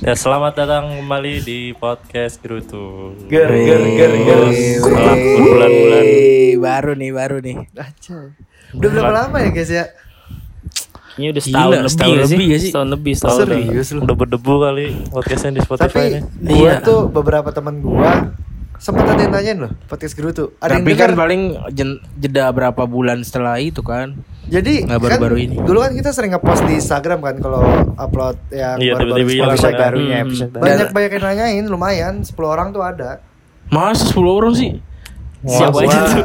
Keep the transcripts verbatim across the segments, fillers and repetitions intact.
Ya, selamat datang kembali di podcast Gerutu. Ger ger ger ger. Setelah berbulan-bulan baru nih, baru nih. Aja. Udah berapa lama ya guys ya? Ini udah setahun Gila, lebih, setahun gak lebih sih? gak sih? Setahun lebih, setahun udah, lebih. Serius lu? udah berdebu kali podcastnya di Spotify Tapi nih. gua Iya. tuh beberapa teman gua sempat ada yang nanyain loh podcast Gerutu. Ada Tapi yang kan dengar. paling jen- jeda berapa bulan setelah itu kan. Jadi Nggak kan baru-baru ini. dulu kan kita sering nge-post di Instagram kan kalau upload yang Iya, baru-baru tiba-tiba hilang episode kan. barunya, Hmm. episode baru. Banyak banyak yang nanyain, lumayan sepuluh orang tuh ada. Masa sepuluh orang sih? Siapa Wah, aja tuh?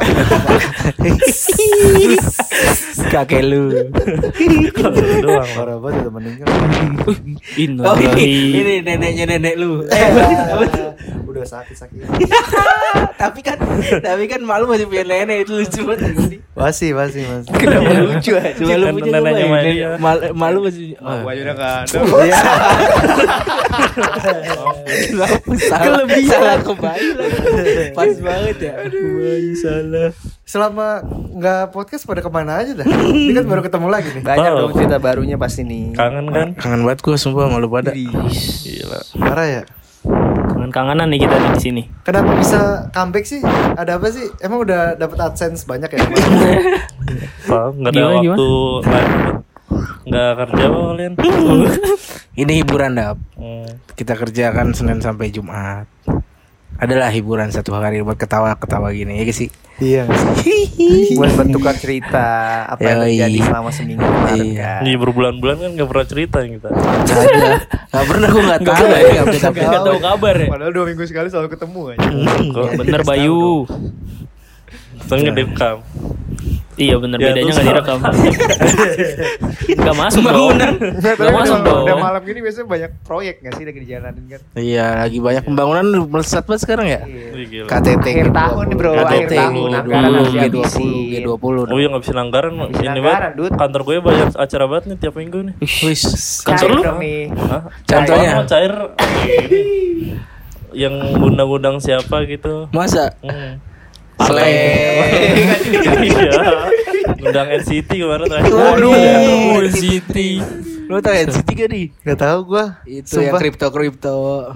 Kakek lu. doang. Parah banget udah meninggal. Oh, ini, Innalillahi. ini neneknya nenek lu. Udah sakit-sakit. tapi kan tapi kan malu masih punya nenek, itu lucu banget tadi. Masih, masih, masih. Kenapa lucu aja? Coba lu Kan punya neneknya coba ya, main nenek- dia. mal- malu masih. Oh, Gua udah enggak ada. kenapa salah? Salah kembali lagi. Pas banget ya. Aduh, salah. Selama nggak podcast pada kemana aja dah? Ini kan baru ketemu lagi nih. Banyak Oh. dong cerita barunya pasti nih. Kangen kan? Kangen banget gua sumpah malu pada. Gila. Parah ya. Kangen-kangenan nih kita nih di sini. Kenapa bisa comeback sih? Ada apa sih? Emang udah dapat AdSense banyak ya? Paham, enggak ada Gimana, waktu lain. Enggak kerja apa kalian? Ini hiburan dap. Hmm. Kita kerjakan Senin sampai Jumat. Adalah hiburan satu hari buat ketawa-ketawa gini ya guys sih. Iya. Buat bertukar cerita apa yang Yoi. terjadi selama seminggu kemarin Iya. kan. Ini berbulan-bulan kan enggak pernah cerita kita. Ada. Gak pernah gue gak tahu ya Nggak update-update. Nggak tahu kabar ya. Padahal dua minggu sekali selalu ketemu aja. Kok Bener Bayu. setengah direkam. Iya bener, Ya, bedanya terus nggak direkam. Nggak masuk dong. Pembangunan. Nggak masuk dong. Udah malam gini biasanya banyak proyek nggak sih lagi dijalanin kan? Iya lagi banyak pembangunan melesat banget sekarang ya. Wih, gila. K T T Akhir tahun nih, bro. K T Akhir T tahun, anggaran harus G dua puluh dihabisin. G dua puluh. Oh iya ngabisin anggaran. Ngabisin Ini anggaran, banget. Dut. Kantor gue banyak acara banget nih tiap minggu nih. Wis. Kantor Cair lu? dong nih. Hah? Contohnya? Mau cair yang undang-undang siapa gitu. Masa? Hmm. Selain Iya. Undang N C T kemarin terakhir. Waduh, City. Lu tau N C T gak nih? Gak tahu gua. Itu yang Sumpah. kripto-kripto.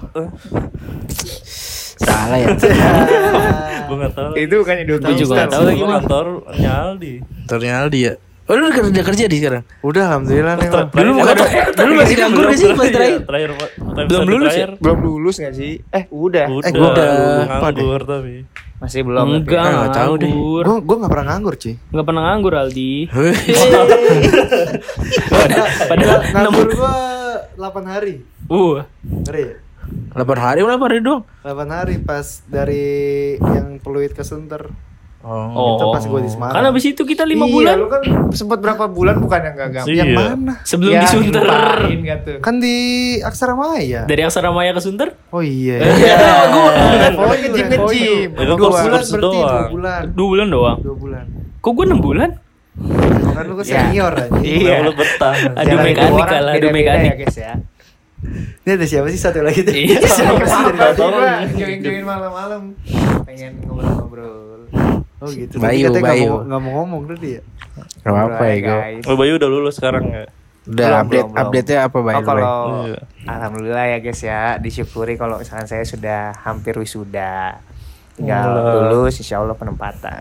Salah ya. Gue nggak tahu. Itu kan Idul Gua juga nggak tahu lagi, Gue Bang. kantornya Aldi. Kantornya Aldi ya. Oh lu udah kerja kerja di sekarang? Udah alhamdulillah nih. Bang. Dulu bukan dulu masih nganggur gak sih pas terakhir? Terakhir Belum lulus ya? Belum lulus gak sih? Eh udah. Udah. Eh, gua udah. nganggur tapi. Masih belum. Enggak, Ah, nggak tahu deh. nganggur. Gua gua nggak pernah nganggur cuy. Nggak pernah nganggur Aldi. Padahal nganggur gua delapan hari. Uh, Ngeri ya? delapan hari berapa hari dong? delapan hari pas dari yang Peluit ke Sunter. Oh. Itu pas gua di Semarang. Kan habis itu kita lima Iya, bulan lu kan sempat berapa bulan bukan yang gagal. Iya. Yang mana? sebelum Ya, disunter. dilupain kan tuh. Kan di Aksara Maya. Dari Aksara Maya ke Sunter? Oh iya. Gua Oh, ngejim ngejim. Itu Dua kursus bulan berarti doang. dua bulan. dua bulan doang. Dua bulan. Kok gue enam bulan? Kan lu kan senior aja. Iya. Lu betah. Adu Jalan mekanik dua orang kalah, adu beda-beda mekanik. ya, guys ya. Ini ada siapa sih satu lagi tuh? Iya. Siapa sih dari tadi? Gua join-join malam-malam. Pengen ngobrol-ngobrol. Oh gitu. Bayu, Tadi katanya nggak Bayu. mau- nggak mau ngomong tadi ya. Gak apa-apa ya gue. guys. Oh Bayu udah lulus sekarang ya? Udah Belum, update belum, belum. update-nya apa Bay? Oh, kalau Iya. alhamdulillah ya guys ya, disyukuri kalau misalkan saya sudah hampir wisuda. Tinggal Alhamdulillah. lulus insya Allah penempatan.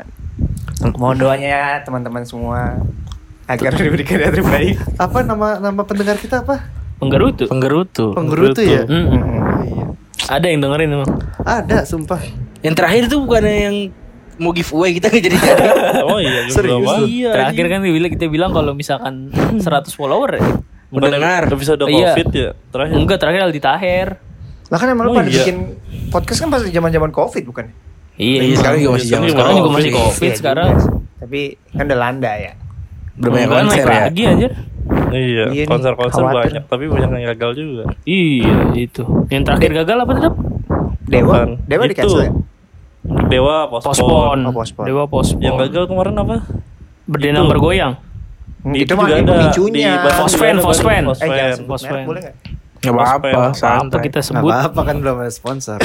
Mohon doanya ya teman-teman semua agar diberikan yang terbaik. Apa nama nama pendengar kita apa? Penggerutu. Penggerutu. Penggerutu ya? Mm-mm. Oh, iya. Ada yang dengerin emang. Ada, sumpah. Yang terakhir tuh bukannya yang mau giveaway kita gak jadi jadi. Oh iya, juga Serius apa? lu? Iya. Terakhir kan kita bilang, kita bilang kalau misalkan seratus follower ya. Mendengar. Episode Iya. Covid ya terakhir. Enggak, terakhir Aldi Taher. Lah kan emang lu Oh, pada iya. bikin podcast kan pas zaman-zaman Covid bukan? Iya, Iya, emang. sekarang juga masih Sekarang zaman Sekarang juga masih Covid. Covid Iya sekarang. juga sih. Tapi kan udah landa ya. Udah banyak Enggak, konser naik ya. lagi aja. Iya, Iya nih, konser-konser khawatir. banyak tapi banyak yang gagal juga. Iya, itu. Yang terakhir gagal apa tetap? Dewa, Bukan. Dewa di Itu. cancel ya? Dewa pospon. Pospon. Oh, pospon. Dewa pospon. Yang gagal kemarin apa? Berdendang Itu. bergoyang. Hmm, Itu itu mah juga ini ada pemicunya. di Bandung Fosfen, juga ada fosfen. Bandung, Eh jangan Fosfen. sebut Fosfen. merek boleh nggak? Gak apa-apa, Apa Apa santai. kita Nggak sebut? apa-apa kan belum ada sponsor.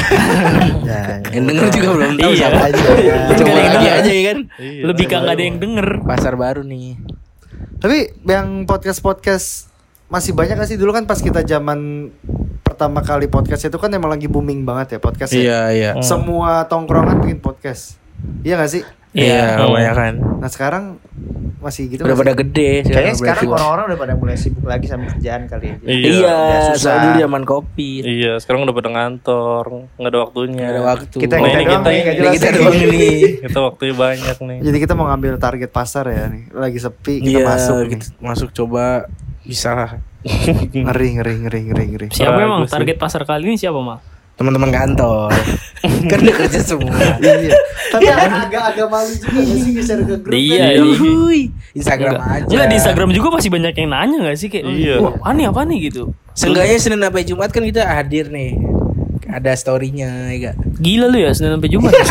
Ya, Yang denger juga belum tahu Iya. siapa aja. Iya. Coba Nggak ada yang aja denger. aja ya kan. Iya, Lebih tapi kagak ada baru. yang denger. Pasar baru nih. Tapi yang podcast-podcast masih banyak gak sih dulu kan pas kita zaman pertama kali podcast itu kan emang lagi booming banget ya podcast ya. Iya, iya. Hmm. Semua tongkrongan bikin podcast. Iya gak sih? Iya, Hmm. kebanyakan. Nah sekarang masih gitu. Udah nggak pada sih? gede Kayaknya sekarang berarti. orang-orang udah pada mulai sibuk lagi sama kerjaan kali ya. Iya. Iya, Udah susah. soalnya dulu zaman kopi. Iya, sekarang udah pada ngantor, nggak ada waktunya. Nggak ada waktu. Kita Nah, kita ini doang kita- nih, nggak Ini jelas kita nih. doang ini. Kita waktunya banyak nih. Jadi kita mau ngambil target pasar ya nih. Lagi sepi kita Iya, masuk nih. gitu. Masuk coba bisa lah. Ngeri ngeri ngeri ngeri ngeri. Siapa Ragu emang sih. target pasar kali ini siapa Mal? Teman-teman kantor. Kan udah kerja semua. Iya. Tapi agak-agak malu juga gak sih nge-share ke grup. Iya, kan? iya. Wuih, Instagram Enggak. aja. Enggak, di Instagram juga masih banyak yang nanya gak sih kayak, Iya. wah aneh apa nih gitu. Seenggaknya Senin sampai Jumat kan kita hadir nih. Ada story-nya ya gak? Gila lu ya Senin sampai Jumat.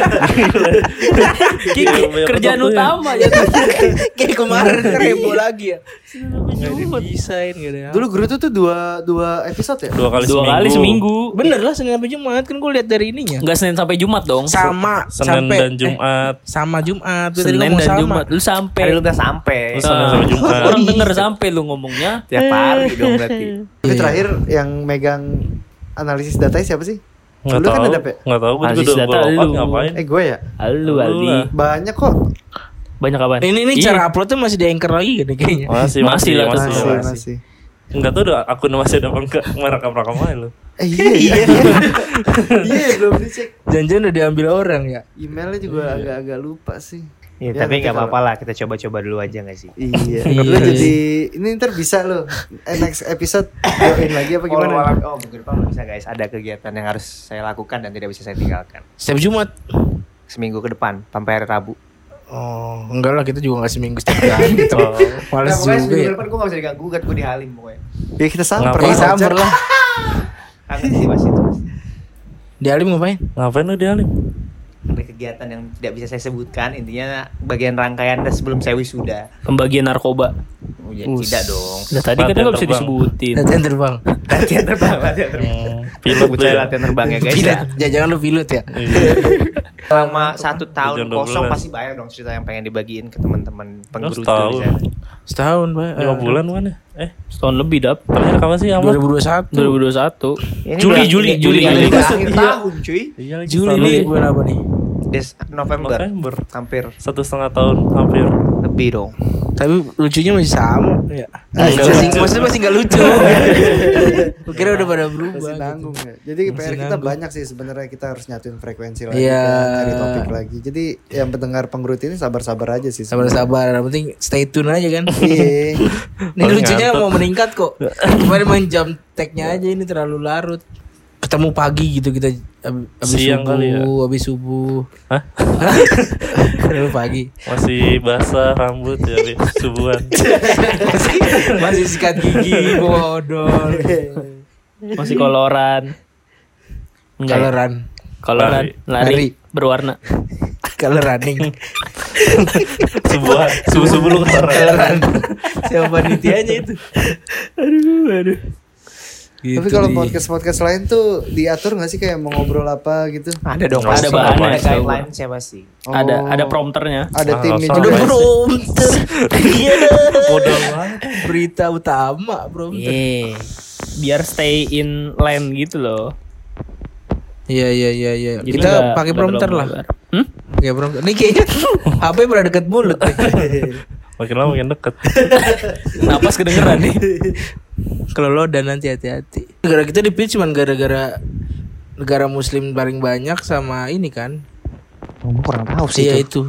Kayak Iya, banyak kerjaan waktunya. utama ya. Kayak kemarin kan heboh lagi ya. Nggak Desain gitu ya. Dulu Grutu tuh dua dua episode ya? Dua kali Dua seminggu. kali seminggu. Bener lah Senin sampai Jumat kan gue lihat dari ininya. Enggak Senin sampai Jumat dong. Sama Senin sampai dan Jumat. eh, sama Jumat. Gua tadi Senin ngomong dan sama. Jumat lu sampai. Hari lu udah sampai. Lu Senin sampai Jumat. Orang denger sampai lu ngomongnya. Tiap hari dong berarti. Tapi Iya. terakhir yang megang analisis data siapa sih? Nggak Lu kan tahu. ada Pe? Nggak tahu. Gue Aziz juga udah data gua lompat lu. ngapain? Eh gue ya? Halo Lu Aldi. lah. Banyak kok. Banyak apaan? Ini ini Iya. cara uploadnya masih di Anchor lagi kan kayaknya. Masih, Masih masih, lah, masih, Masih, masih. masih. Enggak tahu udah akunnya masih ada apa enggak merekam-rekam aja lu. Eh iya iya. Iya belum dicek. Jangan-jangan udah diambil orang ya. Emailnya juga agak-agak lupa sih. Iya, Ya, tapi nanti nggak kalau- apa-apa lah, kita coba-coba dulu aja nggak sih? Iya. Iya. Lu jadi ini ntar bisa lo. Eh, next episode join lagi apa gimana? Oh, minggu depan bisa guys, ada kegiatan yang harus saya lakukan dan tidak bisa saya tinggalkan. Setiap Jumat. Seminggu ke depan, sampai hari Rabu. Oh, enggak lah kita juga enggak seminggu setiap hari gitu. Oh. Males Nah, pokoknya juga seminggu ya. ke depan gue gak bisa diganggu gugat, gue di Halim pokoknya. Ya kita samper Ngapain Kayak lah. samper lah. Kangen sih mas itu mas. Di Alim ngapain? Ngapain lu di Halim? Ada kegiatan yang tidak bisa saya sebutkan, intinya bagian rangkaian dan sebelum saya wisuda. Pembagian narkoba. Oh, ya, Us. tidak dong. Nah tadi Latihan katanya nggak bisa terbang. disebutin. Latihan terbang. Latihan terbang, latihan terbang. Hmm, pilot Sebut tuh saya ya. latihan terbang ya guys Pilot. ya. Ya, jangan lu pilot ya. Iya. Selama satu tahun Hujan dua kosong bulan. pasti banyak dong cerita yang pengen dibagiin ke teman-teman penggerutu setahun. di sana. Setahun, Pak. Lima bulan mana? Eh, Setahun lebih dap. terakhir kapan sih dua amat? ribu dua puluh satu. dua ribu dua puluh satu. Ini Juli, udah- Juli, ini- Juli, ini Juli. udah akhir Iya. tahun cuy. Iya lagi Juli setahun nih lagi. bulan apa nih? Des November. November. Hampir Satu setengah tahun hampir. lebih dong. Tapi lucunya masih sama ya. Nggak Masih, lucu. maksudnya masih enggak lucu. Gue kira udah pada berubah. Masih gitu. nanggung ya. Jadi P R Masih kita nanggung. banyak sih sebenarnya, kita harus nyatuin frekuensi lagi Iya. kan, cari topik lagi. Jadi yang pendengar penggerut ini sabar-sabar aja sih. Sabar-sabar, yang penting stay tune aja kan. Iya. Ini Paling lucunya ngantuk. mau meningkat kok. Kemarin main jam tag-nya aja ini terlalu larut. Ketemu pagi gitu kita ab- abis Siang subuh, kali ya? abis subuh. Hah? Ketemu pagi. Masih basah rambut ya habis subuhan. masih, masih sikat gigi, bawa odol. Masih koloran. Enggak. ya? Kaleran, Koloran, Lari. lari, Lari. berwarna. color running. Subuhan, subuh-subuh lu kelar. Kaleran. Siapa panitianya itu? Aduh, aduh. Gitu Tapi kalau nih. podcast-podcast lain tuh diatur gak sih kayak mau ngobrol apa gitu? Ada dong, Ada pasti. bahannya, Ada coba. guideline siapa sih? Ada Oh. ada prompternya. Ada Ah, timnya nggak juga. Udah Apa sih? prompter. Iya dah. Modal banget. Berita utama prompter. Iya. Biar stay in line gitu loh. Iya iya iya iya. Jadi Kita nggak- pakai nggak prompter terlalu lah. melebar. Hmm? Pakai prompter. Nih kayaknya H P pernah deket mulut. Makin lama makin deket. Napas kedengeran nih. Kalau lo dan nanti hati-hati. Negara kita dipilih cuma gara-gara negara muslim paling banyak sama ini kan. Gue kurang tahu Iya itu.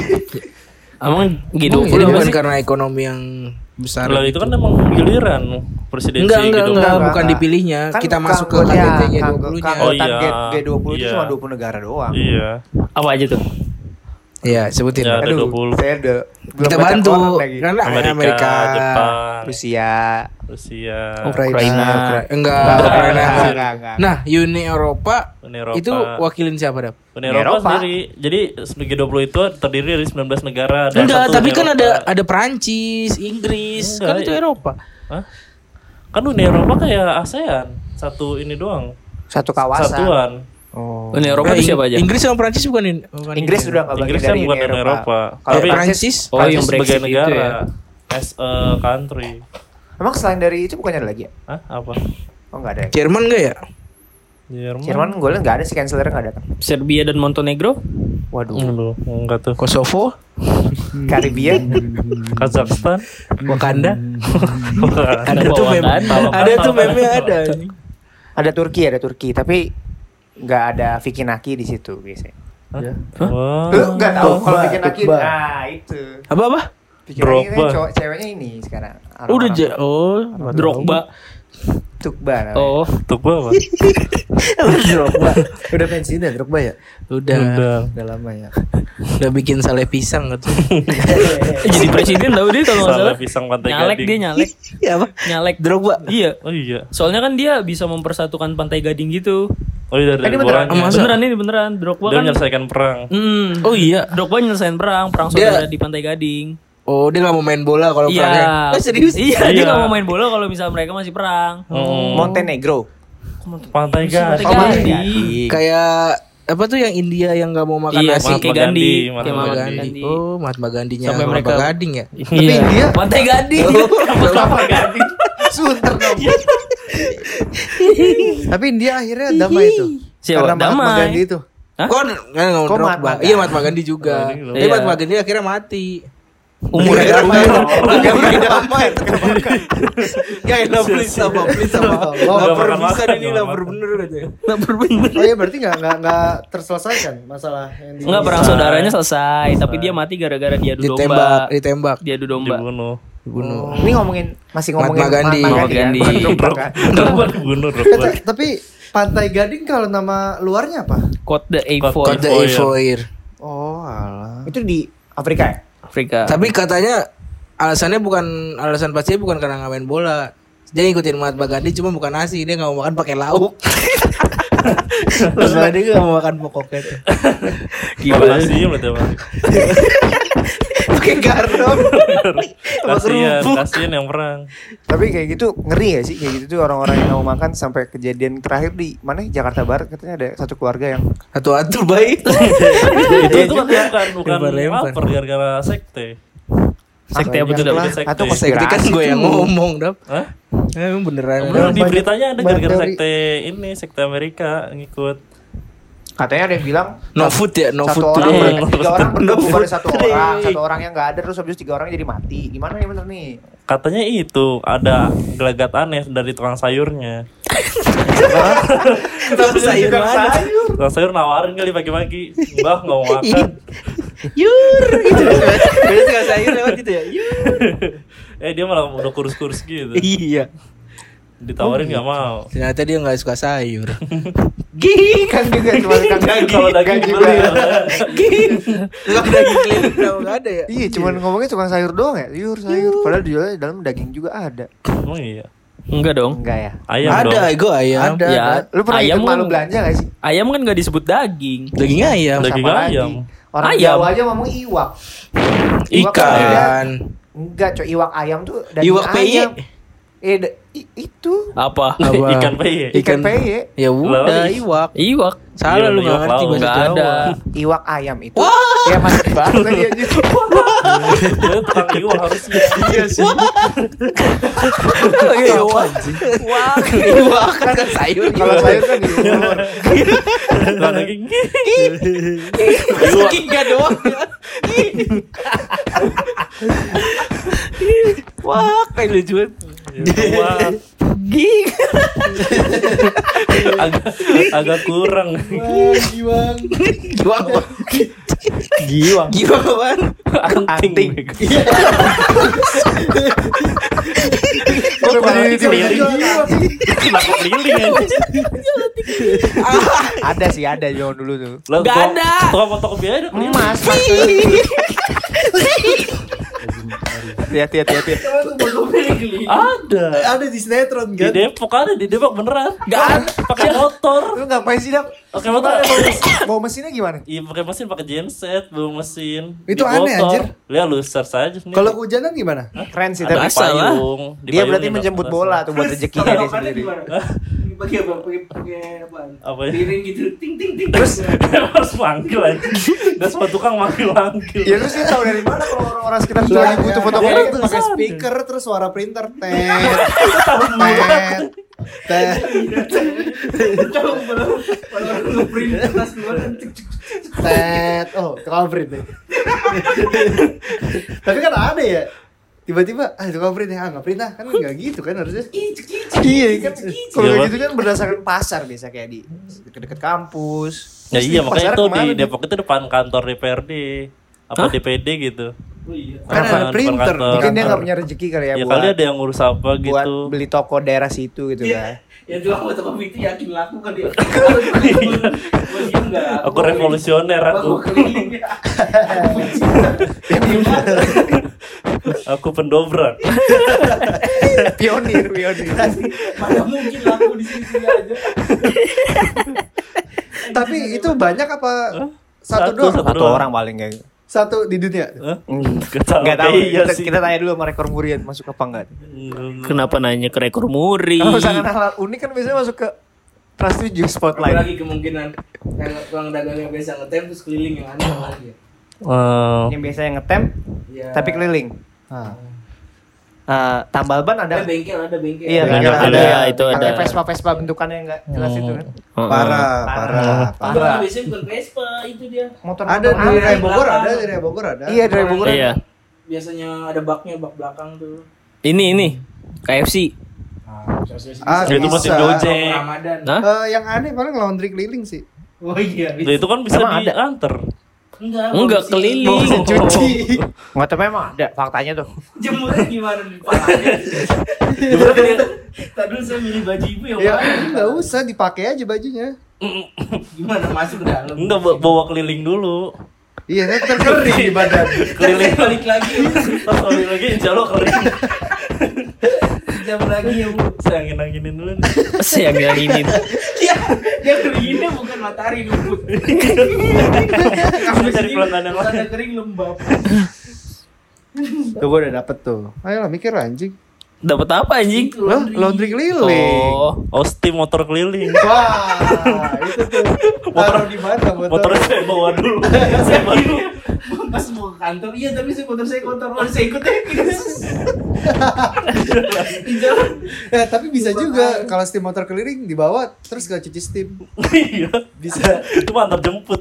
Emang G Jadi dua puluh apa bukan sih? karena ekonomi yang besar. Lah itu kan emang giliran presidensi Enggak enggak gitu. enggak, Enggak, bukan enggak. dipilihnya. Kan Kita masuk ke kanggotnya, K T T G dua kanggo- puluh-nya. kanggotan Oh, iya. G dua puluh itu Iya. cuma dua puluh negara doang. Iya. Apa aja tuh? Iya, sebutin. Ya, ada Aduh, dua puluh. saya udah belum Kita baca bantu koran lagi. karena Amerika, Amerika, Jepang, Rusia, Rusia, Ukraina. Ukraina. Ukra- enggak, Enggak, Ukraina. enggak, enggak. enggak, enggak. Nah, Uni Eropa, Uni Eropa. itu wakilin siapa, Dap? Uni Eropa, Eropa. sendiri. Jadi G dua puluh itu terdiri dari sembilan belas negara. dan Enggak, satu tapi Uni kan Eropa. ada ada Perancis, Inggris, Enggak, kan itu iya. Eropa. Hah? Kan Uni Eropa kayak ASEAN, satu ini doang. satu kawasan. Satuan. Oh. Uni Eropa Eh, itu siapa aja? Inggris sama Perancis bukan ini. bukan Inggris ini. sudah nggak bagian Inggris kan dari bukan Uni Uni Eropa. Kalau Tapi Perancis, Oh, Prancis yang sebagai Brexit itu negara ya. as a country. Emang selain dari itu bukannya ada lagi ya? Hah? Apa? Oh nggak ada. Ya? Jerman enggak ya? Jerman. Jerman gue liat nggak ada sih, cancelernya nggak datang. Serbia dan Montenegro. Waduh. Aduh, enggak tuh. Kosovo, Karibia. Kazakhstan. Wakanda. Ada Ada tuh meme. Wakanda. Ada tuh meme ada. Ada Turki, ada Turki, tapi nggak ada Vicky Naki di situ biasanya. Ya. Wah. Lu nggak tahu kalau Drogba, Vicky Naki? Drogba. Nah itu. Apa apa? Vicky Naki kan Drogba. cowok ceweknya ini sekarang. Udah Orang-orang ja- oh, Drogba. Tukba namanya. Oh, Untuk apa? Drogba. Udah pensiun ya Drogba ya? udah. Udah. Udah lama ya. Udah bikin sale pisang gitu. jadi presiden tau dia kalau nggak Salah salah. pisang Pantai Nyalek Gading. dia nyalek. Ya apa? Nyalek. Drogba. Iya. Oh iya. Soalnya kan dia bisa mempersatukan Pantai Gading gitu. Oh iya dari Ini beneran? bolanya. Masa? Beneran ini beneran. Drogba Dia kan. menyelesaikan perang. Hmm. Oh iya. Drogba nyelesain perang, perang Dia- saudara di Pantai Gading. Oh, dia enggak mau main bola kalau Iya. perangnya. Oh, serius? Iya, dia Iya. nggak mau main bola kalau misalnya mereka masih perang. Oh. Montenegro. Pantai Pantai Gading. Oh, Pantai Gading. Gading. Kayak apa tuh yang India yang nggak mau makan Iya, nasi? Mahatma Gandhi. Mahatma Kayak Mahatma Mahatma Gandhi. Gandhi. Oh, Mahatma Gandinya Sampai Mahatma mereka- Gading ya. Tapi India- Pantai Gading. Kelapa Gading. Sunter dong. Tapi India akhirnya damai itu. Siapa? Karena Mahatma Damai. Gandhi itu. Hah? Kok nggak ngomong Kok Drogba? Mahatma Gandhi? Iya Mahatma Gandhi juga. Gandhi loh. Tapi Iya. Mahatma Gandhi akhirnya mati. Umur Iya, umur. Gak damai. Ya elah please sama please sama. Oh, Lapar makan bisa makan, ini nggak lapar makan. bener aja. Lapar bener. Oh iya berarti nggak nggak nggak terselesaikan masalah yang di Enggak, perang Selesai. saudaranya selesai, tapi dia mati gara-gara dia adu Ditembak, domba. ditembak, Dia adu domba. Dibunuh. dibunuh. Ini ngomongin masih ngomongin Mahatma Gandhi. Mahatma Mahatma Gandhi. Gandhi. ya? Bukan Drogba kan? Drogba dibunuh Eh, Drogba. ta- tapi Pantai Gading kalau nama luarnya apa? Côte d'Ivoire, Kode Ivoire. Ivoire. Oh alah. Itu di Afrika ya? Afrika. Tapi katanya alasannya bukan alasan pastinya bukan karena nggak main bola. Dia ngikutin Mahatma Gandhi cuma bukan nasi, dia nggak mau makan pakai lauk. Terus dia nggak mau makan pokoknya tuh. Gimana sih berarti apa? Pakai garam. Kasian, kasian yang perang. Tapi kayak gitu ngeri gak sih? Kayak gitu tuh orang-orang yang mau makan sampai kejadian terakhir di mana Jakarta Barat katanya ada satu keluarga yang Atu-atu baik. Itu itu kan bukan bukan Lempar-lempar. lapar gara-gara sekte. Sekte apa tuh, Banyak Dap? lah. Sekte. Atau Sekte kan konspirasi gue yang tuh. ngomong, Dap. Hah? Eh, Emang beneran. Bener di banyak- beritanya ada banyak gara-gara teori. sekte ini, sekte Amerika ngikut. Katanya ada yang bilang No food ya, no satu food orang today. ber- tiga orang bergabung pada satu Today. orang, satu orang yang nggak ada terus habis itu tiga orang jadi mati. Gimana ya bener nih? Katanya itu ada gelagat aneh dari tukang sayurnya. Kenapa sayur mana? Tukang sayur nawarin kali pagi-pagi. Mbah nggak mau makan. Yur, gitu. Biasanya suka sayur lewat gitu ya. Yur. Eh dia malah udah kurus-kurus gitu. Iya. Ditawarin nggak mau. Ternyata dia nggak suka sayur. Kan juga cuma kan Kalau daging juga. juga. Tukang daging keliling kenapa nggak ada ya? Iya, cuman ngomongnya tukang sayur doang ya. Sayur, sayur. Padahal di dalam daging juga ada. Emang iya. Enggak dong. Enggak ya? Ayam Ada, dong. ego ayam. Ada. Ya, Lu pernah ayam ikut malu kan- belanja gak sih? Ayam kan nggak disebut daging. Daging ayam. Daging Sama lagi. ayam. Orang Ayam. Jawa aja ngomong iwak. Ikan. Enggak, coy, iwak ayam tuh daging Iwak peye. ayam. Eh, da- i- itu Apa? Apa? Ikan peye. ikan peye. Ya udah, Laut. iwak. Iwak. Salah Iya, lu nggak iwak ngerti laut. bahasa Nggak Jawa. ada. Iwak ayam itu. Ya masih banget lagi aja. Dia tukang iwak harusnya. Iya sih. Iwak. Iwak. Iwak kan sayur. Kalau sayur kan iwak. Tukang daging. Iwak. Ikan doang. Wah, kayak lucu banget. Iwak. Ging. agak agak kurang. Giwang. Giwang. Giwang. Giwang apaan? Anting. Kenapa jadi keliling? Kenapa keliling ya? Ada sih, ada zaman dulu tuh. Lah, Nggak tukang- ada. Tukang fotokopi aja keliling. Emas, mas. Hati-hati, hati-hati. Ada. Ada di sinetron Di kan? Depok ada, di Depok beneran. Nggak ada. Pakai motor. Lu ngapain sih, Dap? Pakai motor. Bawa mesinnya gimana? Iya pakai mesin, pakai genset, bawa mesin. Itu Di aneh, motor. anjir. Lihat lu search aja sendiri. Kalau kehujanan gimana? Keren sih, ada tapi di payung. Di dia payung berarti ada menjemput petasan. bola tuh buat rezekinya dia sendiri. Hah? pakai apa? Pakai pakai apa? Apa ya? Piring gitu. Ting ting ting. Terus harus manggil aja. Dan semua tukang manggil-manggil. Ya terus dia tahu dari mana kalau orang-orang sekitar situ Lah, lagi butuh ya, fotokopi pakai- tuh. pakai speaker terus suara printer tet tet tet Tahu kalau kalau ngeprint kertas keluar kan cek cek. tet oh tukang print deh. Tapi kan ada ya tiba-tiba ah tukang print ya ah nggak print ah kan nggak gitu kan harusnya. Iya kan. Kalau Iya, kayak Bang. gitu kan berdasarkan pasar biasa kayak di dekat-dekat kampus. Ya Terus iya di makanya pasar itu kemana di tuh? Depok itu depan kantor D P R D apa Hah? D P D gitu. Oh iya. Kan ada Depan printer. kantor. Mungkin dia Kantor. nggak punya rezeki kali ya, Ya buat kali ada yang ngurus apa buat gitu. beli toko daerah situ gitu Iya. kan. Ya tukang fotokopi itu yakin laku kan dia. Gua diem enggak. Aku revolusioner aku. Aku keliling. Aku pendobrak. Pionir, pionir. Mana mungkin laku di sini aja. Tapi itu banyak apa satu Satu, doang? satu. Satu orang paling kayak gitu. Satu di dunia. Hah? Gak tahu. Enggak tahu. Iya kita, sih. kita tanya dulu sama rekor muri masuk apa enggak. Kenapa nanya ke rekor muri? Kalau misalkan hal unik kan biasanya masuk ke Trans tujuh Spotlight. Apalagi kemungkinan kalau tukang dagang yang biasa ngetem terus keliling yang aneh lagi ya. Oh. Yang biasanya ngetem Iya. tapi keliling. Ah. Eh, tambal ban Ada ada. bengkel, ada bengkel. Iya, Banyak bengkel ada. Iya, itu Pakai ada. Vespa-Vespa bentukannya enggak jelas itu kan. Heeh. Parah, parah. Enggak, biasanya bukan Vespa itu dia. Motor Ada di Ada, Raya Bogor belakang. ada, di Raya Bogor ada. Iya, dari Bogor. Iya. Biasanya ada baknya, bak belakang tuh. Ini ini K F C. Ah, Itu masih bisa. Gojek. Ramadan. Hah? Eh, yang aneh paling laundry keliling sih. Oh iya. Nah, itu kan bisa Emang ada? diantar. Enggak, Enggak mau keliling. Mau mesin cuci. Enggak tahu memang ada faktanya tuh. Jemurnya gimana di palanya? Tadi dulu saya milih baju ibu yang Ya, mana? enggak usah dipakai aja bajunya. Gimana masuk ke dalam? Enggak bawa- bawa keliling dulu. Iya, kan terkering di badan. Keliling balik lagi. pas balik lagi insya Allah keliling. Jam lagi ya bu. Saya angin-anginin dulu nih. Saya yang ini. Dia dia keringinnya bukan matahari lembut. Saya cari pelanggan yang lain. Ada kering lembab. Tuh gua udah dapet tuh. Ayolah mikir anjing. Dapat apa anjing? Lah, laundry keliling. Oh, Oh, steam motor keliling. Wah, itu tuh. Taruh di mana motor? Motornya saya bawa dulu. Saya bawa dulu. Pas mau ke kantor, iya tapi saya motor saya kotor, harus saya ikut ya. Di jalan. Ya, tapi bisa juga kalau steam motor keliling dibawa terus ke cuci steam. Iya. Bisa. Itu mah antar jemput.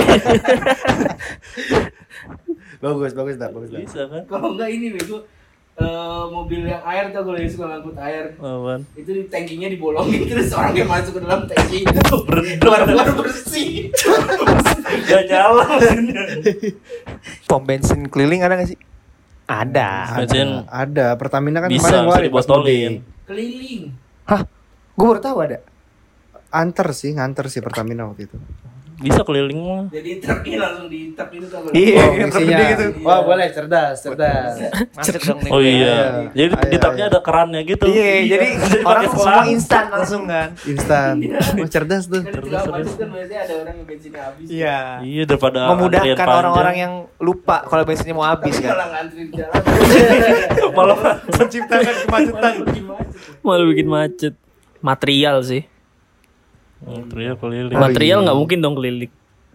Bagus, bagus dah, bagus dah. Bisa kan? Kalau enggak ini bego. Eh, mobil yang air tuh kalau yang suka ngangkut air Apaan? itu di tankinya dibolongin terus orangnya masuk ke dalam tangki keluar-keluar bersih. Gak nyala mesinnya. Pom bensin keliling ada nggak sih? Ada. Bensin Ada, Pertamina kan bisa, kemarin bisa ngeluarin pas dibotolin. mudik. Keliling. Hah? Gue baru tahu ada. Anter sih, nganter sih Pertamina waktu itu. Bisa keliling mah. Jadi truknya langsung di truk itu kan. Iya. Oh, yang isinya. tergede gitu. Wah, boleh cerdas, cerdas. Masuk dong nih. Oh iya. Ayo. Jadi Ayo, di truknya ayo. ada kerannya gitu. Iya, jadi orang pakai semua selang. instan langsung kan. Instan. Oh, cerdas tuh. Kan di tengah macet kan biasanya ada orang yang bensinnya habis. Iya. Iya daripada Memudahkan antrian panjang. orang-orang yang lupa kalau bensinnya mau habis Tapi kan. malah ngantri di jalan. Malah Menciptakan kemacetan. Gimana? malu bikin macet. Material sih. Material keliling. Oh, Material iya. nggak mungkin dong keliling.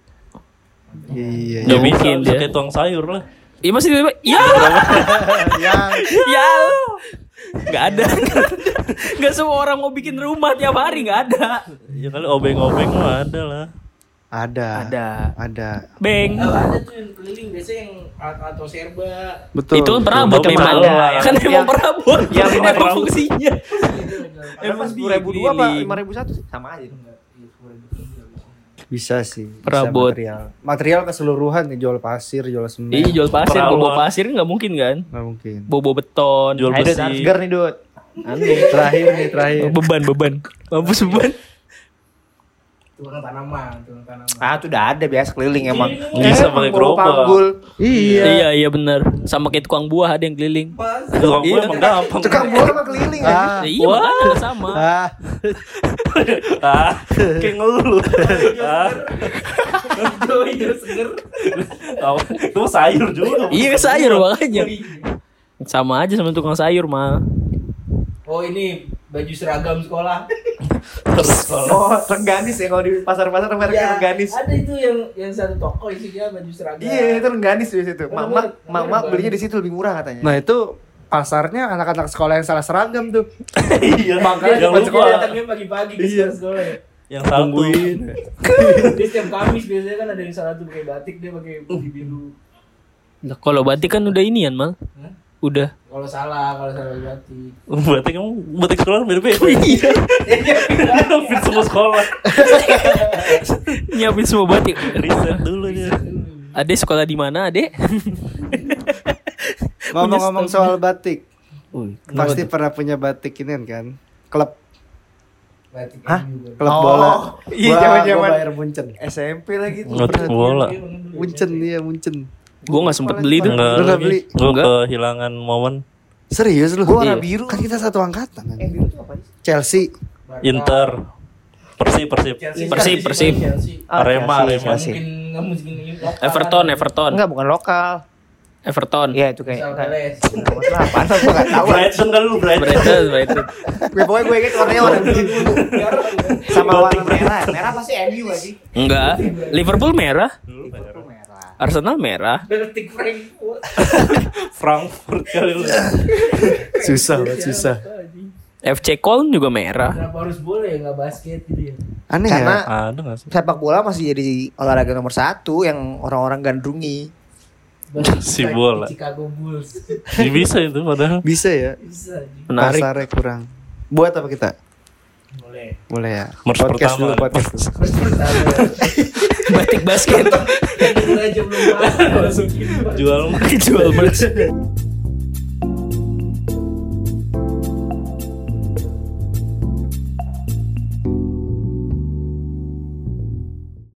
Iya. Ya Nggak bisa, mungkin bisa dia. kayak tuang sayur lah. Iya masih tiba-tiba. Ya, Yang ya. Nggak ada. Nggak semua orang mau bikin rumah tiap hari nggak ada. Ya kali obeng-obeng mah ada lah. ada. Ada. Ada. Beng. Oh, ada tuh yang keliling biasanya yang alat-alat atau serba. Betul. Itu kan perabot Itu memang. mahal lah. Kan Yang- emang perabot. yang Emang perabot. fungsinya. Emang sepuluh ribu dua apa lima ribu satu sih? Sama aja. Bisa sih. Bisa Perabot. material. Material keseluruhan nih, jual pasir, jual semen. Iya jual pasir, Perabot. bobo pasir nggak mungkin kan? Nggak mungkin. Bobo beton. Jual Ayo Dut, besi. harus segar nih Dut. Aneh. Terakhir nih, terakhir. Beban beban. Mampus beban. Tukang tanaman, tukang tanaman. Ah, tuh udah ada biasa keliling emang. Bisa Emang pakai bawa gerobak. panggul. Iya. Iya iya benar. Sama kayak tukang buah ada yang keliling. Pas. Tukang Iya. buah emang gampang. Tukang buah sama keliling ya. Ah, Ya, iya Wah. makanya nggak sama. ah, Ah, kayak ngeluh. Ah, Hijau hijau seger. tahu. Itu mah sayur juga. Iya ke sayur makanya. Sama aja sama tukang sayur mah. Oh ini baju seragam sekolah. Oh, Rengganis ya kalau di pasar-pasar mereknya Rengganis. Ada itu yang yang satu toko isinya baju seragam. Iya, itu Rengganis di situ. Bener, Mama, bener, mama bener. belinya di situ lebih murah katanya. Nah itu pasarnya anak-anak sekolah yang salah seragam tuh. Iya. Makanya Yang pas sekolah lupa. datangnya pagi-pagi ke Iya. sekolah ya. Yang satu. Dia setiap Kamis biasanya kan ada yang salah tuh pakai batik, dia pakai putih biru. Nah, kalau batik kan udah inian mal. Hah? Udah. Kalau salah, kalau salah batik. Batik kamu batik sekolah beda-beda. Iya. Fit semua sekolah. Nyiapin semua batik. Riset dulu dia. Ade sekolah di mana, Ade? Ngomong-ngomong soal batik, Uy, pasti pernah punya batik ini kan? Klub, Batik Hah? M U kan. klub Oh, bola. iya, Gua- zaman-zaman. gua Bayern Munchen. S M P lagi tuh. Ngetik bola. Munchen dia Munchen. Gue nggak sempet beli tuh. Enggak. Lu nggak beli? Gue Enggak. kehilangan momen. Serius lu? Gua warna Iya. biru. Kan kita satu angkatan kan. Eh, biru tuh apa sih? Chelsea. Inter. Persib, Persib. Persib, Persib. Ah, Arema, Chelsea, Arema. Chelsea. Mungkin nggak mungkin lokal. Everton, Everton. Enggak, bukan lokal. Everton. Iya, itu kayak Misal Palace. apaan tuh gua enggak tahu. Brighton kan lu Brighton. Brighton, Brighton. Gue pokoknya gue inget warnanya warna biru dulu. Sama warna merah. Merah pasti M U lagi. Enggak. Liverpool merah. Liverpool merah. Arsenal merah. Detik Frankfurt. Frankfurt kali lu. Susah banget, susah. F C Köln juga merah. Kenapa harus bola ya nggak basket gitu ya? Aneh Karena ya. Ada enggak sih? sepak bola masih jadi olahraga nomor satu yang orang-orang gandrungi. Si bola. Chicago Bulls. Ini bisa itu padahal. Bisa ya. Bisa. Menarik. Pasarnya kurang. Buat apa kita? Boleh. Boleh ya. Merch Podcast pertama. dulu podcast. dulu. Terus pertama. Batik basket. Yang aja belum masuk. Jual Jual merch.